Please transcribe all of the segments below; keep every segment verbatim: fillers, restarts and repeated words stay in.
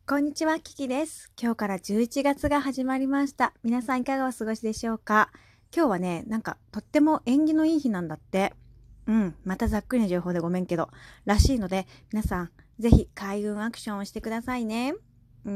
こんにちは、キキです。今日からじゅういちがつが始まりました。皆さんいかがお過ごしでしょうか？今日はね、なんかとっても縁起のいい日なんだって。うん、またざっくりな情報でごめんけど、らしいので、皆さんぜひ開運アクションをしてくださいね。うん、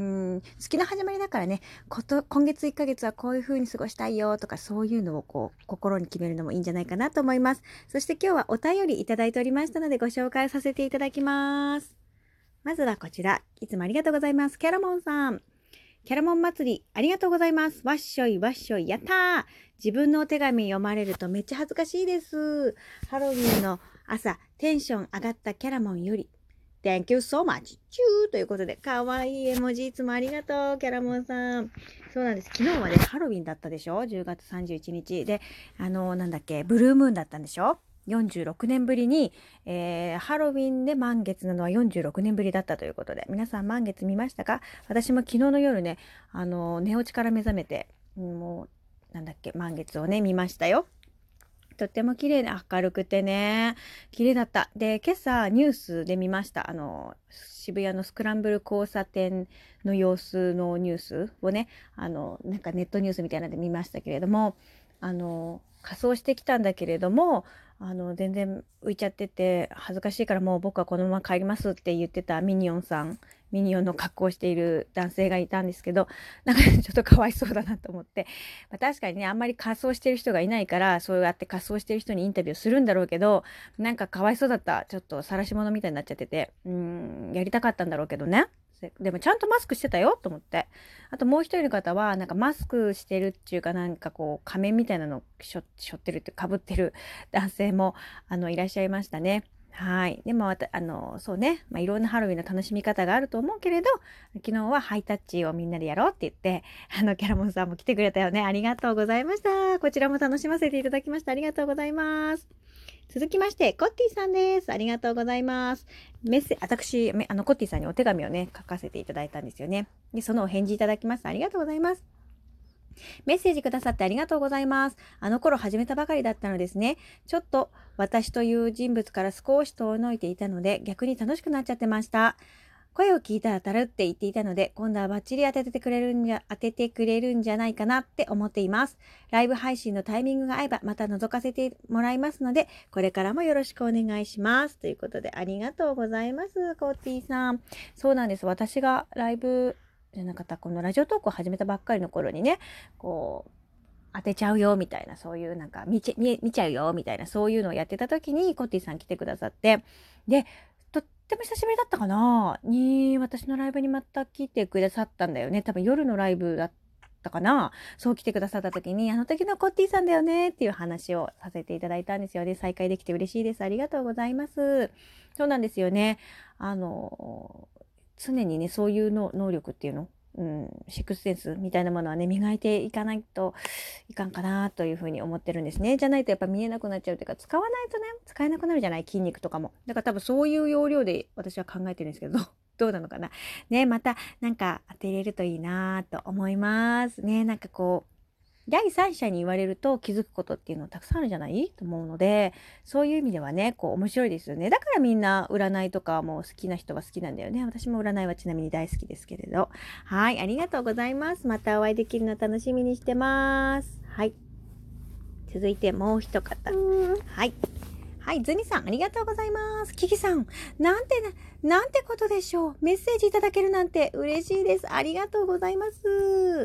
月の始まりだからね、こと、今月いっかげつはこういう風に過ごしたいよとか、そういうのをこう、心に決めるのもいいんじゃないかなと思います。そして今日はお便りいただいておりましたので、ご紹介させていただきます。まずはこちら。いつもありがとうございます。キャラモンさん。キャラモン祭り、ありがとうございます。わっしょいわっしょい、やったー。自分のお手紙読まれるとめっちゃ恥ずかしいです。ハロウィンの朝、テンション上がったキャラモンより、Thank you so much! チューということで、かわいい絵文字いつもありがとう、キャラモンさん。そうなんです。昨日はね、ハロウィンだったでしょ ?じゅうがつさんじゅういちにち。で、あのー、なんだっけ、ブルームーンだったんでしょよんじゅうろくねんぶりに、えー、ハロウィンで満月なのはよんじゅうろくねんぶりだったということで、皆さん満月見ましたか？私も昨日の夜ね、あの、寝落ちから目覚めて、もう、なんだっけ、満月をね、見ましたよ。とっても綺麗で明るくてね、綺麗だった。で、今朝ニュースで見ました。あの、渋谷のスクランブル交差点の様子のニュースをね、あの、なんかネットニュースみたいなので見ましたけれども、あの、仮装してきたんだけれども、あの、全然浮いちゃってて、恥ずかしいからもう僕はこのまま帰りますって言ってたミニオンさん、ミニオンの格好をしている男性がいたんですけど、なんかちょっとかわいそうだなと思って、まあ、確かにね、あんまり仮装してる人がいないから、そうやって仮装してる人にインタビューするんだろうけど、なんかかわいそうだった。ちょっと晒し者みたいになっちゃってて、うーん、やりたかったんだろうけどね。でもちゃんとマスクしてたよと思って。あともう一人の方は、なんかマスクしてるっていうかなんかこう仮面みたいなのをしょ、しょってるってかぶってる男性もあのいらっしゃいましたね。はい。でも、あの、そうね、まあ、いろんなハロウィンの楽しみ方があると思うけれど、昨日はハイタッチをみんなでやろうって言って、あの、キャラモンさんも来てくれたよね。ありがとうございました。こちらも楽しませていただきました。ありがとうございます。続きまして、コッティさんです。ありがとうございます。メッセ、私、あの、コッティさんにお手紙をね、書かせていただいたんですよね。で、そのお返事いただきます。ありがとうございます。メッセージくださってありがとうございます。あの頃始めたばかりだったのですね。ちょっと私という人物から少し遠のいていたので、逆に楽しくなっちゃってました。声を聞いたら当たるって言っていたので、今度はバッチリ当ててくれるんじゃ、当ててくれるんじゃないかなって思っています。ライブ配信のタイミングが合えばまた覗かせてもらいますので、これからもよろしくお願いします。ということで、ありがとうございます、コーティーさん。そうなんです。私がライブじゃなかった、このラジオトークを始めたばっかりの頃にね、こう、当てちゃうよみたいな、そういうなんか見ち見見ちゃうよみたいな、そういうのをやってた時にコッティさん来てくださって、で、とっても久しぶりだったかなに、私のライブにまた来てくださったんだよね。多分夜のライブだったかな。そう来てくださった時に、あの時のコッティさんだよねっていう話をさせていただいたんですよね。再会できて嬉しいです。ありがとうございます。そうなんですよね。あの、常にね、そういうの能力っていうのうん、シックスセンスみたいなものはね、磨いていかないといかんかなというふうに思ってるんですね。じゃないとやっぱ見えなくなっちゃうというか、使わないとね、使えなくなるじゃない、筋肉とかも。だから多分そういう要領で私は考えてるんですけど、どうなのかな。ね、またなんか当てれるといいなと思います。ね、なんかこう、第三者に言われると気づくことっていうのはたくさんあるじゃないと思うので、そういう意味ではね、こう面白いですよね。だからみんな占いとかも好きな人は好きなんだよね。私も占いはちなみに大好きですけれど。はい、ありがとうございます。またお会いできるの楽しみにしてます。はい。続いてもう一方。はい。はい、ズニさん、ありがとうございます。キキさん、なんてな、なんてことでしょう。メッセージいただけるなんて嬉しいです。ありがとうございます。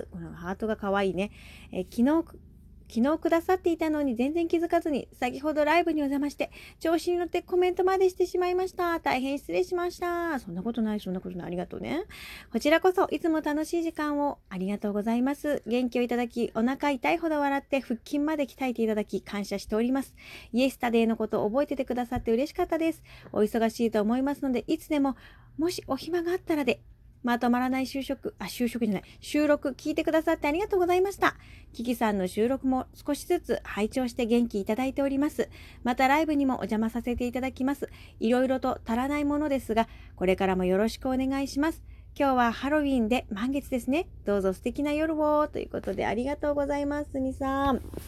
このハートが可愛いね。えー昨日、昨日くださっていたのに全然気づかずに、先ほどライブにお邪魔して、調子に乗ってコメントまでしてしまいました。大変失礼しました。そんなことない、そんなことない。ありがとうね。こちらこそ、いつも楽しい時間をありがとうございます。元気をいただき、お腹痛いほど笑って、腹筋まで鍛えていただき、感謝しております。イエスタデーのことを覚えててくださって嬉しかったです。お忙しいと思いますので、いつでも、もしお暇があったらで、まとまらない就職、あ、就職じゃない、収録聞いてくださってありがとうございました。キキさんの収録も少しずつ拝聴して元気いただいております。またライブにもお邪魔させていただきます。いろいろと足らないものですが、これからもよろしくお願いします。今日はハロウィンで満月ですね。どうぞ素敵な夜をということでありがとうございます、みさん。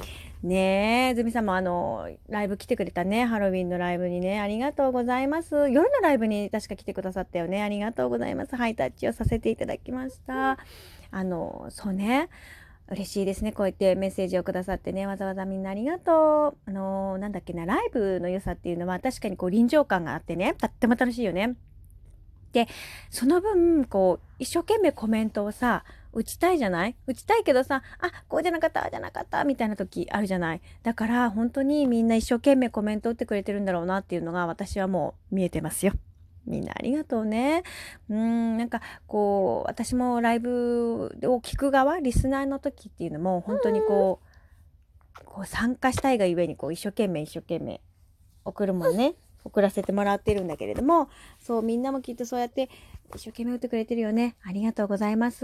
ねえ、ズミさんもあの、ライブ来てくれたね。ハロウィンのライブにね。ありがとうございます。夜のライブに確か来てくださったよね。ありがとうございます。ハイタッチをさせていただきました。あの、そうね。嬉しいですね。こうやってメッセージをくださってね。わざわざみんなありがとう。あの、なんだっけな、ライブの良さっていうのは確かにこう臨場感があってね。とっても楽しいよね。で、その分、こう、一生懸命コメントをさ、打ちたいじゃない打ちたいけどさ、あ、こうじゃなかった、ああじゃなかった、みたいな時あるじゃない。だから、本当にみんな一生懸命コメント打ってくれてるんだろうなっていうのが、私はもう見えてますよ。みんなありがとうね。うーん、なんか、こう、私もライブを聞く側、リスナーの時っていうのも、本当にこう、こう参加したいがゆえに、こう、一生懸命一生懸命送るもんね。送らせてもらってるんだけれども、そう、みんなもきっとそうやって一生懸命打ってくれてるよね。ありがとうございます。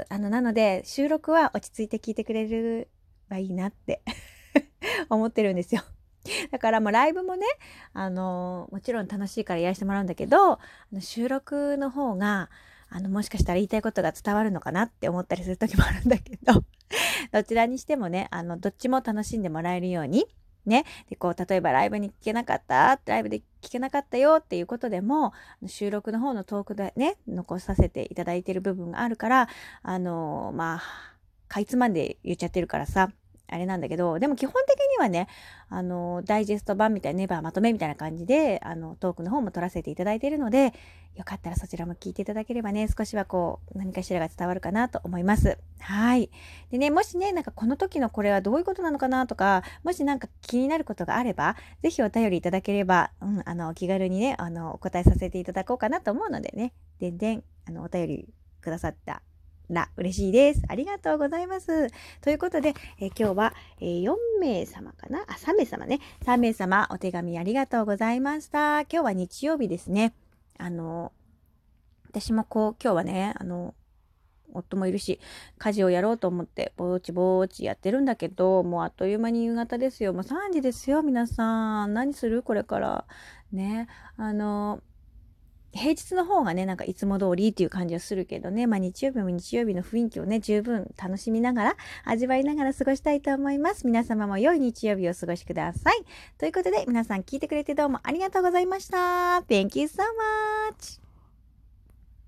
あの、なので、収録は落ち着いて聞いてくれればいいなって思ってるんですよ。だからもうライブもね、あの、もちろん楽しいからやらせてもらうんだけど、あの収録の方が、あの、もしかしたら言いたいことが伝わるのかなって思ったりする時もあるんだけど、どちらにしてもね、あの、どっちも楽しんでもらえるように、ね。で、こう、例えばライブに聞けなかったライブで聞けなかったよっていうことでも、収録の方のトークでね、残させていただいている部分があるから、あの、まあ、かいつまんで言っちゃってるからさ、あれなんだけど、でも基本的にはね、あの、ダイジェスト版みたいな、ネバーまとめみたいな感じで、あの、トークの方も撮らせていただいているので、よかったらそちらも聞いていただければね、少しはこう、何かしらが伝わるかなと思います。はい。でね、もしね、なんかこの時のこれはどういうことなのかなとか、もしなんか気になることがあれば、ぜひお便りいただければ、うん、あの、お気軽にね、あの、お答えさせていただこうかなと思うのでね、でんでん、あの、お便りくださったら嬉しいです。ありがとうございます。ということで、えー今日は、えーよんめいさまかなあ、さんめいさまね。さんめいさまお手紙ありがとうございました。今日は日曜日ですね。あの、私もこう、今日はね、あの、夫もいるし、家事をやろうと思って、ぼーちぼーちやってるんだけど、もうあっという間に夕方ですよ。もうさんじですよ、皆さん。何するこれから。ね。あの、平日の方がね、なんかいつも通りっていう感じはするけどね、まあ日曜日も日曜日の雰囲気をね、十分楽しみながら、味わいながら過ごしたいと思います。皆様も良い日曜日をお過ごしください。ということで、皆さん聞いてくれてどうもありがとうございました。Thank you so much!